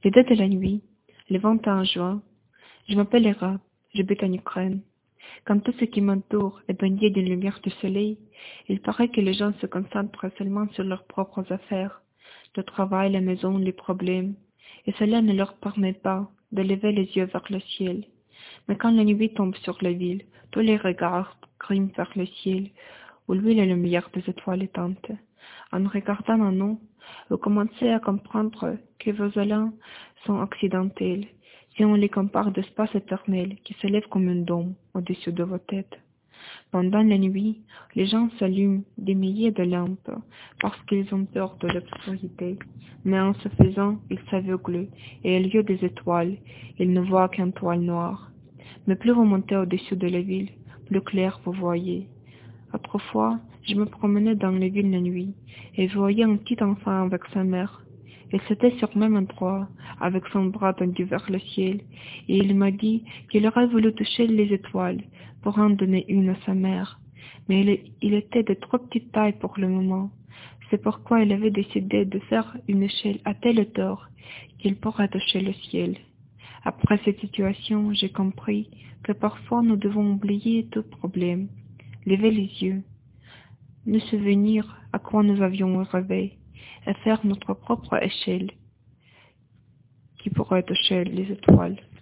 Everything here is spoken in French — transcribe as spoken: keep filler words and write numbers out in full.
Les dates de la nuit, le vingt et un juin, je m'appelle Hera, j'habite en Ukraine. Quand tout ce qui m'entoure est baigné d'une lumière du soleil, il paraît que les gens se concentrent seulement sur leurs propres affaires, le travail, la maison, les problèmes, et cela ne leur permet pas de lever les yeux vers le ciel. Mais quand la nuit tombe sur la ville, tous les regards grimpent vers le ciel, où lui la lumière des étoiles éteintes. En regardant en nous, vous commencez à comprendre que vos élans sont accidentels, si on les compare d'espace éternel qui s'élève comme une dôme au-dessus de vos têtes. Pendant la nuit, les gens s'allument des milliers de lampes parce qu'ils ont peur de l'obscurité, mais en ce faisant, ils s'aveuglent et au lieu des étoiles, ils ne voient qu'un toile noire. Mais plus vous montez au-dessus de la ville, plus clair vous voyez. Autrefois, je me promenais dans les villes la nuit et je voyais un petit enfant avec sa mère. Il s'était sur le même endroit, avec son bras tendu vers le ciel, et il m'a dit qu'il aurait voulu toucher les étoiles pour en donner une à sa mère. Mais il, il était de trop petite taille pour le moment. C'est pourquoi il avait décidé de faire une échelle à telle hauteur qu'il pourrait toucher le ciel. Après cette situation, j'ai compris que parfois nous devons oublier tout problème, lever les yeux, nous souvenir à quoi nous avions rêvé et faire notre propre échelle qui pourrait toucher les étoiles.